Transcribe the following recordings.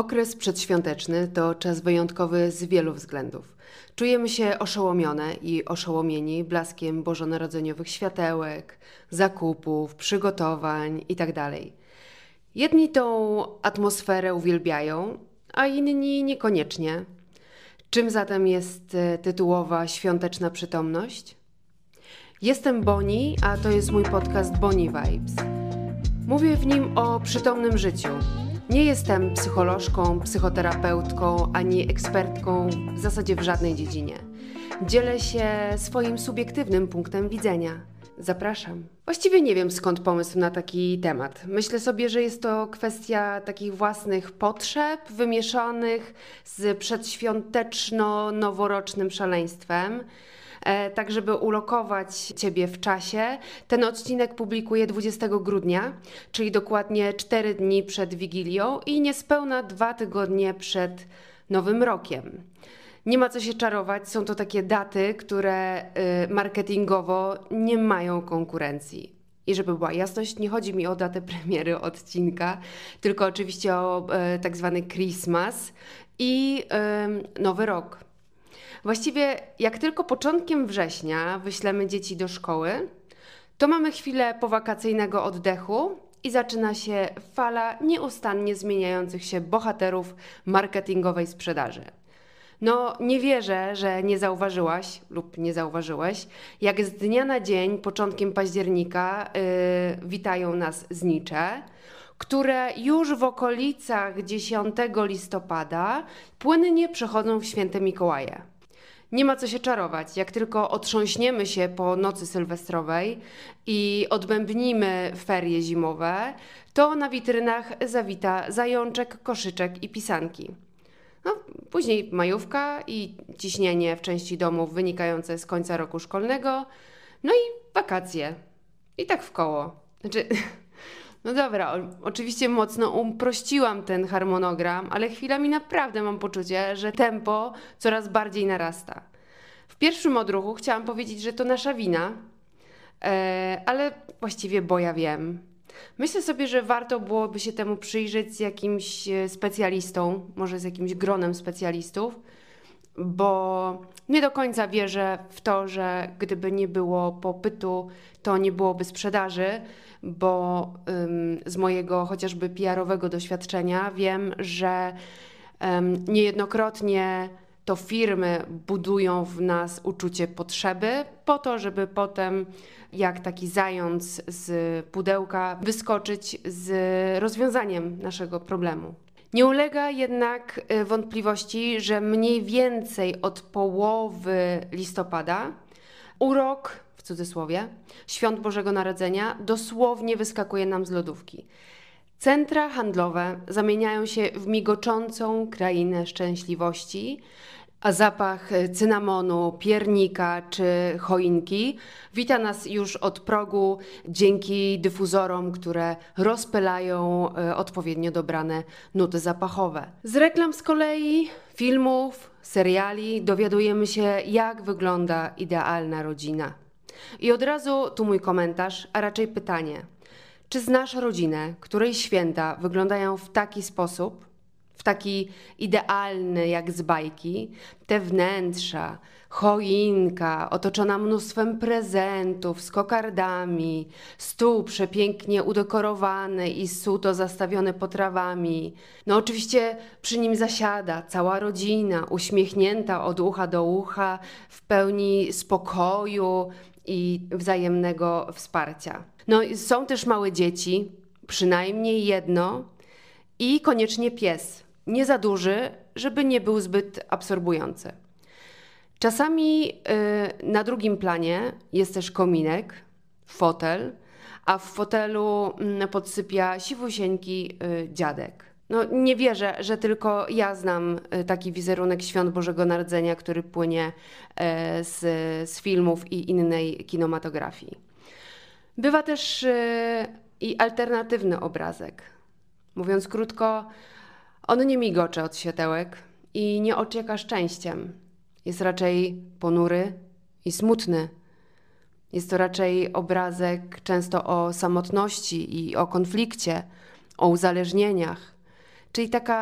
Okres przedświąteczny to czas wyjątkowy z wielu względów. Czujemy się oszołomione i oszołomieni blaskiem bożonarodzeniowych światełek, zakupów, przygotowań itd. Jedni tą atmosferę uwielbiają, a inni niekoniecznie. Czym zatem jest tytułowa świąteczna przytomność? Jestem Boni, a to jest mój podcast Boni Vibes. Mówię w nim o przytomnym życiu. Nie jestem psycholożką, psychoterapeutką ani ekspertką w zasadzie w żadnej dziedzinie. Dzielę się swoim subiektywnym punktem widzenia. Zapraszam. Właściwie nie wiem, skąd pomysł na taki temat. Myślę sobie, że jest to kwestia takich własnych potrzeb wymieszanych z przedświąteczno-noworocznym szaleństwem. Tak, żeby ulokować Ciebie w czasie, ten odcinek publikuję 20 grudnia, czyli dokładnie 4 dni przed Wigilią i niespełna 2 tygodnie przed Nowym Rokiem. Nie ma co się czarować, są to takie daty, które marketingowo nie mają konkurencji. I żeby była jasność, nie chodzi mi o datę premiery odcinka, tylko oczywiście o tak zwany Christmas i Nowy Rok. Właściwie jak tylko początkiem września wyślemy dzieci do szkoły, to mamy chwilę powakacyjnego oddechu i zaczyna się fala nieustannie zmieniających się bohaterów marketingowej sprzedaży. No nie wierzę, że nie zauważyłaś lub nie zauważyłeś, jak z dnia na dzień, początkiem października witają nas znicze, które już w okolicach 10 listopada płynnie przechodzą w święte Mikołaje. Nie ma co się czarować, jak tylko otrząśniemy się po nocy sylwestrowej i odbębnimy ferie zimowe, to na witrynach zawita zajączek, koszyczek i pisanki. No, później majówka i ciśnienie w części domów wynikające z końca roku szkolnego, no i wakacje. I tak w koło. No dobra, oczywiście mocno uprościłam ten harmonogram, ale chwilami naprawdę mam poczucie, że tempo coraz bardziej narasta. W pierwszym odruchu chciałam powiedzieć, że to nasza wina, ale właściwie bo ja wiem. Myślę sobie, że warto byłoby się temu przyjrzeć z jakimś specjalistą, może z jakimś gronem specjalistów, bo nie do końca wierzę w to, że gdyby nie było popytu, to nie byłoby sprzedaży, bo z mojego chociażby PR-owego doświadczenia wiem, że niejednokrotnie to firmy budują w nas uczucie potrzeby po to, żeby potem jak taki zając z pudełka wyskoczyć z rozwiązaniem naszego problemu. Nie ulega jednak wątpliwości, że mniej więcej od połowy listopada urok, w cudzysłowie, świąt Bożego Narodzenia dosłownie wyskakuje nam z lodówki. Centra handlowe zamieniają się w migoczącą krainę szczęśliwości, a zapach cynamonu, piernika czy choinki wita nas już od progu dzięki dyfuzorom, które rozpylają odpowiednio dobrane nuty zapachowe. Z reklam z kolei, filmów, seriali dowiadujemy się, jak wygląda idealna rodzina. I od razu tu mój komentarz, a raczej pytanie. Czy znasz rodzinę, której święta wyglądają w taki sposób, w taki idealny jak z bajki? Te wnętrza, choinka otoczona mnóstwem prezentów z kokardami, stół przepięknie udekorowany i suto zastawiony potrawami. No oczywiście przy nim zasiada cała rodzina, uśmiechnięta od ucha do ucha, w pełni spokoju i wzajemnego wsparcia. No są też małe dzieci, przynajmniej jedno i koniecznie pies. Nie za duży, żeby nie był zbyt absorbujący. Czasami na drugim planie jest też kominek, fotel, a w fotelu podsypia siwusieńki dziadek. No nie wierzę, że tylko ja znam taki wizerunek świąt Bożego Narodzenia, który płynie z filmów i innej kinematografii. Bywa też i alternatywny obrazek. Mówiąc krótko, on nie migocze od światełek i nie ocieka szczęściem. Jest raczej ponury i smutny. Jest to raczej obrazek często o samotności i o konflikcie, o uzależnieniach. Czyli taka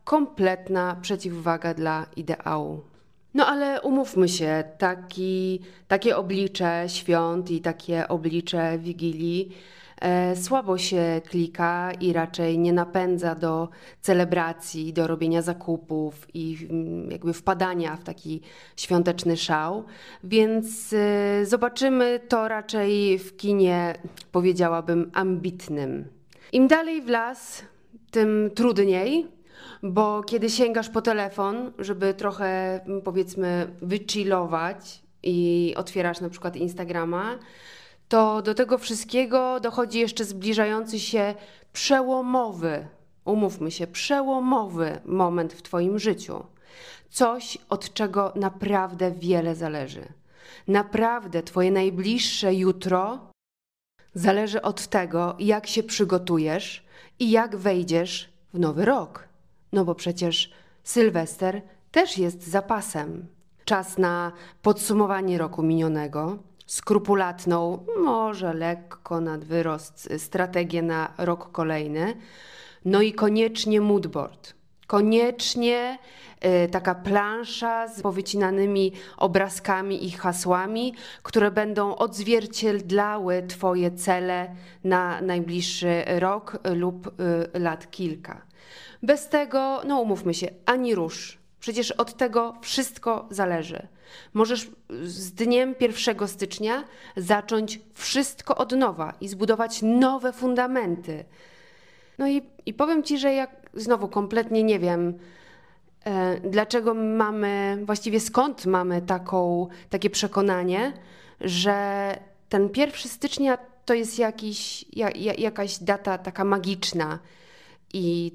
kompletna przeciwwaga dla ideału. No ale umówmy się, takie oblicze świąt i takie oblicze Wigilii słabo się klika i raczej nie napędza do celebracji, do robienia zakupów i jakby wpadania w taki świąteczny szał. Więc zobaczymy to raczej w kinie, powiedziałabym, ambitnym. Im dalej w las, tym trudniej. Bo kiedy sięgasz po telefon, żeby trochę, powiedzmy, wychillować i otwierasz na przykład Instagrama, to do tego wszystkiego dochodzi jeszcze zbliżający się przełomowy, umówmy się, przełomowy moment w Twoim życiu. Coś, od czego naprawdę wiele zależy. Naprawdę Twoje najbliższe jutro zależy od tego, jak się przygotujesz i jak wejdziesz w nowy rok. No bo przecież Sylwester też jest zapasem. Czas na podsumowanie roku minionego, skrupulatną, może lekko nad wyrost, strategię na rok kolejny, no i koniecznie moodboard. Koniecznie taka plansza z powycinanymi obrazkami i hasłami, które będą odzwierciedlały Twoje cele na najbliższy rok lub lat kilka. Bez tego, no umówmy się, ani rusz. Przecież od tego wszystko zależy. Możesz z dniem 1 stycznia zacząć wszystko od nowa i zbudować nowe fundamenty. No i powiem Ci, że znowu kompletnie nie wiem, dlaczego właściwie skąd mamy takie przekonanie, że ten 1 stycznia to jest jakaś data taka magiczna i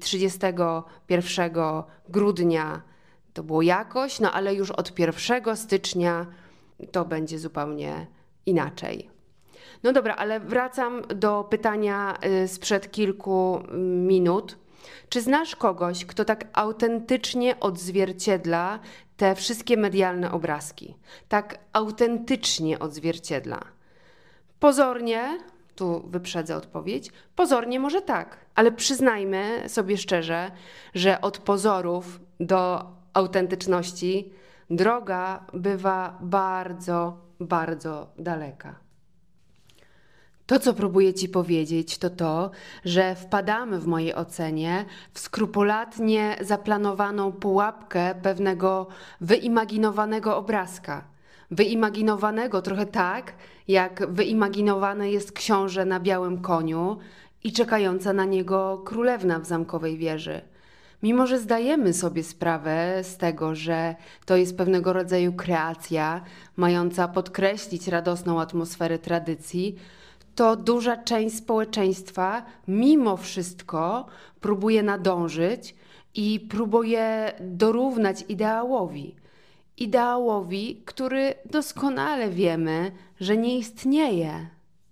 31 grudnia to było jakoś, no ale już od 1 stycznia to będzie zupełnie inaczej. No dobra, ale wracam do pytania sprzed kilku minut. Czy znasz kogoś, kto tak autentycznie odzwierciedla te wszystkie medialne obrazki? Tak autentycznie odzwierciedla. Pozornie, tu wyprzedzę odpowiedź, pozornie może tak, ale przyznajmy sobie szczerze, że od pozorów do autentyczności droga bywa bardzo, bardzo daleka. To, co próbuję Ci powiedzieć, to to, że wpadamy w mojej ocenie w skrupulatnie zaplanowaną pułapkę pewnego wyimaginowanego obrazka. Wyimaginowanego trochę tak, jak wyimaginowany jest książę na białym koniu i czekająca na niego królewna w zamkowej wieży. Mimo że zdajemy sobie sprawę z tego, że to jest pewnego rodzaju kreacja mająca podkreślić radosną atmosferę tradycji, to duża część społeczeństwa mimo wszystko próbuje nadążyć i próbuje dorównać ideałowi. Ideałowi, który doskonale wiemy, że nie istnieje.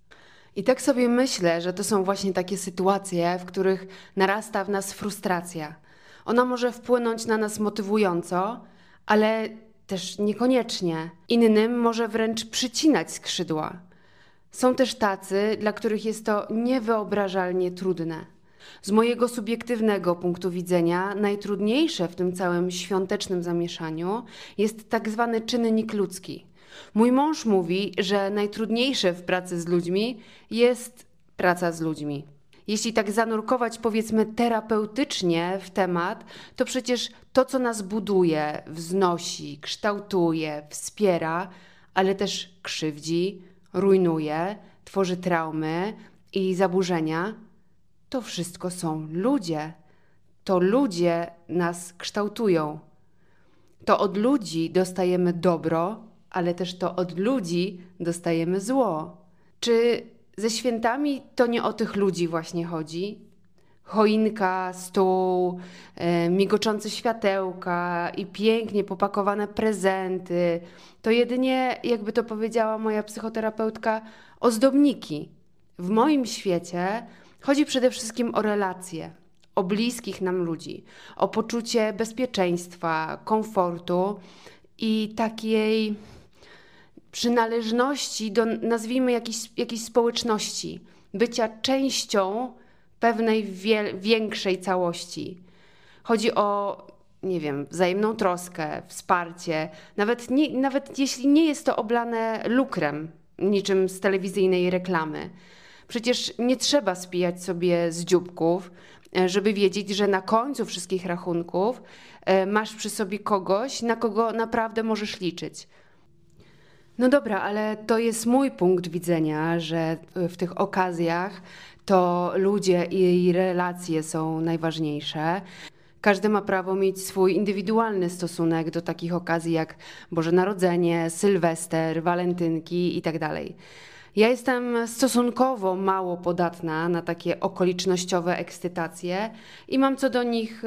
I tak sobie myślę, że to są właśnie takie sytuacje, w których narasta w nas frustracja. Ona może wpłynąć na nas motywująco, ale też niekoniecznie. Innym może wręcz przycinać skrzydła. Są też tacy, dla których jest to niewyobrażalnie trudne. Z mojego subiektywnego punktu widzenia najtrudniejsze w tym całym świątecznym zamieszaniu jest tak zwany czynnik ludzki. Mój mąż mówi, że najtrudniejsze w pracy z ludźmi jest praca z ludźmi. Jeśli tak zanurkować, powiedzmy, terapeutycznie w temat, to przecież to, co nas buduje, wznosi, kształtuje, wspiera, ale też krzywdzi, rujnuje, tworzy traumy i zaburzenia, to wszystko są ludzie. To ludzie nas kształtują. To od ludzi dostajemy dobro, ale też to od ludzi dostajemy zło. Czy ze świętami to nie o tych ludzi właśnie chodzi? Choinka, stół, migoczące światełka i pięknie popakowane prezenty. To jedynie, jakby to powiedziała moja psychoterapeutka, ozdobniki. W moim świecie chodzi przede wszystkim o relacje, o bliskich nam ludzi, o poczucie bezpieczeństwa, komfortu i takiej przynależności do, nazwijmy, jakiejś społeczności, bycia częścią pewnej większej całości. Chodzi o, nie wiem, wzajemną troskę, wsparcie, nawet jeśli nie jest to oblane lukrem, niczym z telewizyjnej reklamy. Przecież nie trzeba spijać sobie z dzióbków, żeby wiedzieć, że na końcu wszystkich rachunków masz przy sobie kogoś, na kogo naprawdę możesz liczyć. No dobra, ale to jest mój punkt widzenia, że w tych okazjach to ludzie i relacje są najważniejsze. Każdy ma prawo mieć swój indywidualny stosunek do takich okazji jak Boże Narodzenie, Sylwester, walentynki itd. Ja jestem stosunkowo mało podatna na takie okolicznościowe ekscytacje i mam co do nich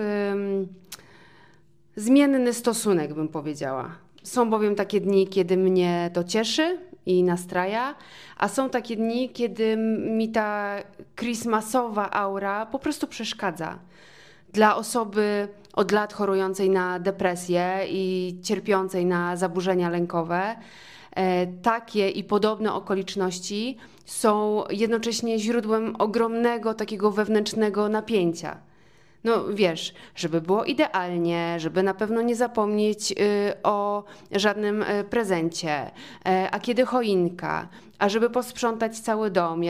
zmienny stosunek, bym powiedziała. Są bowiem takie dni, kiedy mnie to cieszy i nastraja, a są takie dni, kiedy mi ta christmasowa aura po prostu przeszkadza. Dla osoby od lat chorującej na depresję i cierpiącej na zaburzenia lękowe, takie i podobne okoliczności są jednocześnie źródłem ogromnego takiego wewnętrznego napięcia. No wiesz, żeby było idealnie, żeby na pewno nie zapomnieć o żadnym prezencie, a kiedy choinka, a żeby posprzątać cały dom,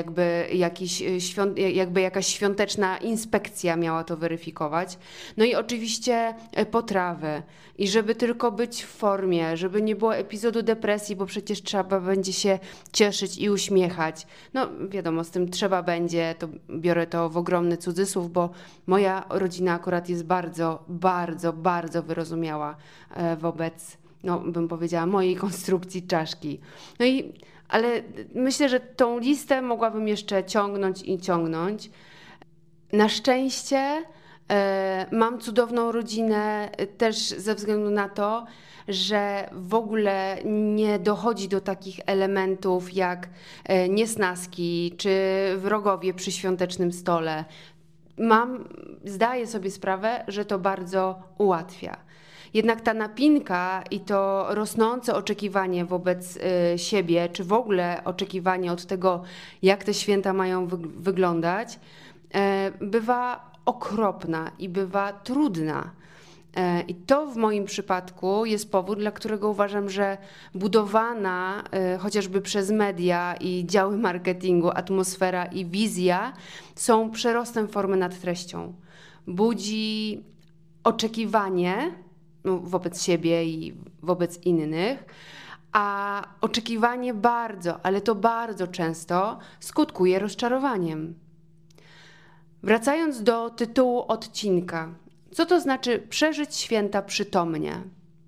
jakby jakaś świąteczna inspekcja miała to weryfikować. No i oczywiście potrawy i żeby tylko być w formie, żeby nie było epizodu depresji, bo przecież trzeba będzie się cieszyć i uśmiechać. No wiadomo, z tym trzeba będzie, to biorę to w ogromny cudzysłów, bo moja rodzina akurat jest bardzo, bardzo, bardzo wyrozumiała wobec, no bym powiedziała, mojej konstrukcji czaszki. Ale myślę, że tą listę mogłabym jeszcze ciągnąć i ciągnąć. Na szczęście mam cudowną rodzinę też ze względu na to, że w ogóle nie dochodzi do takich elementów jak niesnaski czy wrogowie przy świątecznym stole. Zdaję sobie sprawę, że to bardzo ułatwia. Jednak ta napinka i to rosnące oczekiwanie wobec siebie, czy w ogóle oczekiwanie od tego, jak te święta mają wyglądać, bywa okropna i bywa trudna. I to w moim przypadku jest powód, dla którego uważam, że budowana chociażby przez media i działy marketingu atmosfera i wizja są przerostem formy nad treścią. Budzi oczekiwanie wobec siebie i wobec innych, a oczekiwanie bardzo, ale to bardzo często skutkuje rozczarowaniem. Wracając do tytułu odcinka, co to znaczy przeżyć święta przytomnie?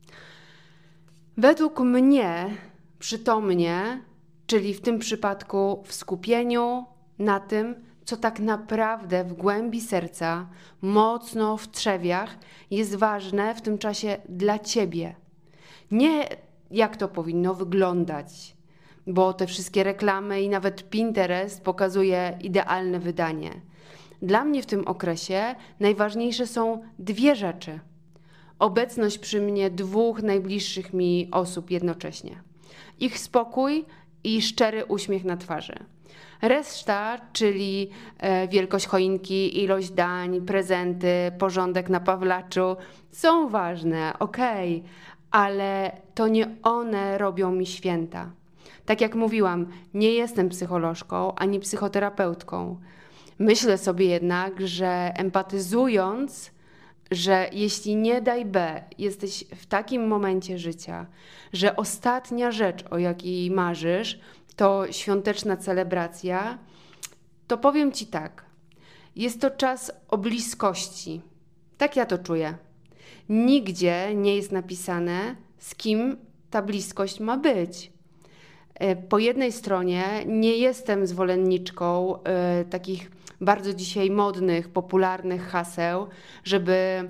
Według mnie przytomnie, czyli w tym przypadku w skupieniu na tym, co tak naprawdę w głębi serca, mocno w trzewiach jest ważne w tym czasie dla ciebie. Nie jak to powinno wyglądać, bo te wszystkie reklamy i nawet Pinterest pokazuje idealne wydanie. Dla mnie w tym okresie najważniejsze są dwie rzeczy. Obecność przy mnie dwóch najbliższych mi osób jednocześnie. Ich spokój i szczery uśmiech na twarzy. Reszta, czyli wielkość choinki, ilość dań, prezenty, porządek na Pawlaczu, są ważne, okej, ale to nie one robią mi święta. Tak jak mówiłam, nie jestem psycholożką ani psychoterapeutką. Myślę sobie jednak, że empatyzując, że jeśli nie daj B, jesteś w takim momencie życia, że ostatnia rzecz, o jakiej marzysz, to świąteczna celebracja, to powiem Ci tak. Jest to czas o bliskości. Tak ja to czuję. Nigdzie nie jest napisane, z kim ta bliskość ma być. Po jednej stronie nie jestem zwolenniczką takich bardzo dzisiaj modnych, popularnych haseł, żeby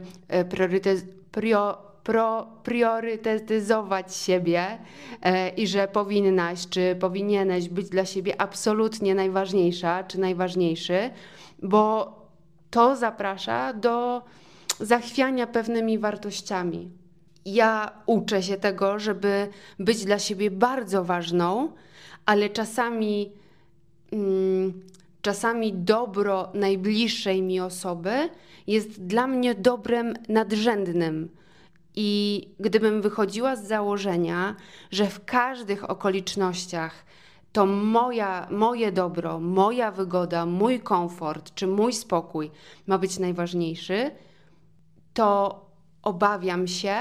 priorytetyzować siebie i że powinnaś czy powinieneś być dla siebie absolutnie najważniejsza czy najważniejszy, bo to zaprasza do zachwiania pewnymi wartościami. Ja uczę się tego, żeby być dla siebie bardzo ważną, ale czasami czasami dobro najbliższej mi osoby jest dla mnie dobrem nadrzędnym. I gdybym wychodziła z założenia, że w każdych okolicznościach to moje dobro, moja wygoda, mój komfort czy mój spokój ma być najważniejszy, to obawiam się,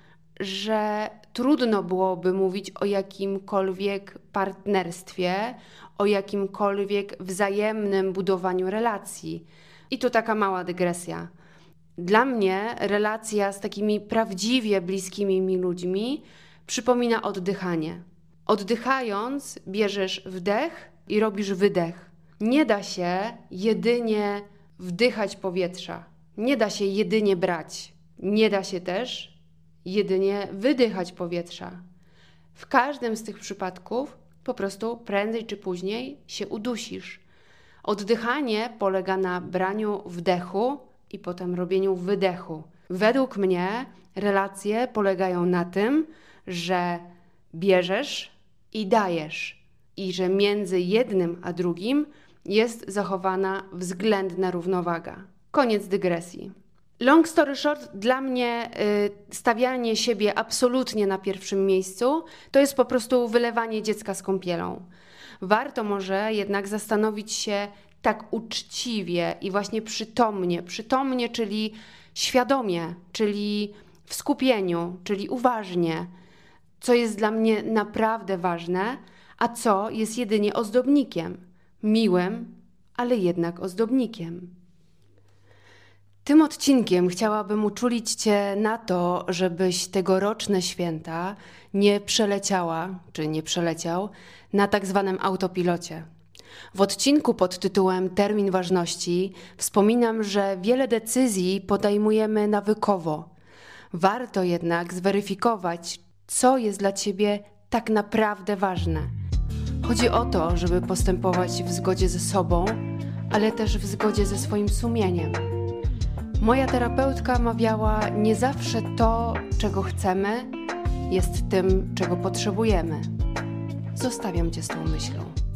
że trudno byłoby mówić o jakimkolwiek partnerstwie, o jakimkolwiek wzajemnym budowaniu relacji. I tu taka mała dygresja. Dla mnie relacja z takimi prawdziwie bliskimi mi ludźmi przypomina oddychanie. Oddychając bierzesz wdech i robisz wydech. Nie da się jedynie wdychać powietrza. Nie da się jedynie brać. Nie da się też jedynie wydychać powietrza. W każdym z tych przypadków po prostu prędzej czy później się udusisz. Oddychanie polega na braniu wdechu i potem robieniu wydechu. Według mnie relacje polegają na tym, że bierzesz i dajesz i że między jednym a drugim jest zachowana względna równowaga. Koniec dygresji. Long story short, dla mnie stawianie siebie absolutnie na pierwszym miejscu to jest po prostu wylewanie dziecka z kąpielą. Warto może jednak zastanowić się tak uczciwie i właśnie przytomnie, czyli świadomie, czyli w skupieniu, czyli uważnie, co jest dla mnie naprawdę ważne, a co jest jedynie ozdobnikiem, miłym, ale jednak ozdobnikiem. Tym odcinkiem chciałabym uczulić Cię na to, żebyś tegoroczne święta nie przeleciała, czy nie przeleciał, na tak zwanym autopilocie. W odcinku pod tytułem Termin ważności wspominam, że wiele decyzji podejmujemy nawykowo. Warto jednak zweryfikować, co jest dla Ciebie tak naprawdę ważne. Chodzi o to, żeby postępować w zgodzie ze sobą, ale też w zgodzie ze swoim sumieniem. Moja terapeutka mawiała, nie zawsze to, czego chcemy, jest tym, czego potrzebujemy. Zostawiam Cię z tą myślą.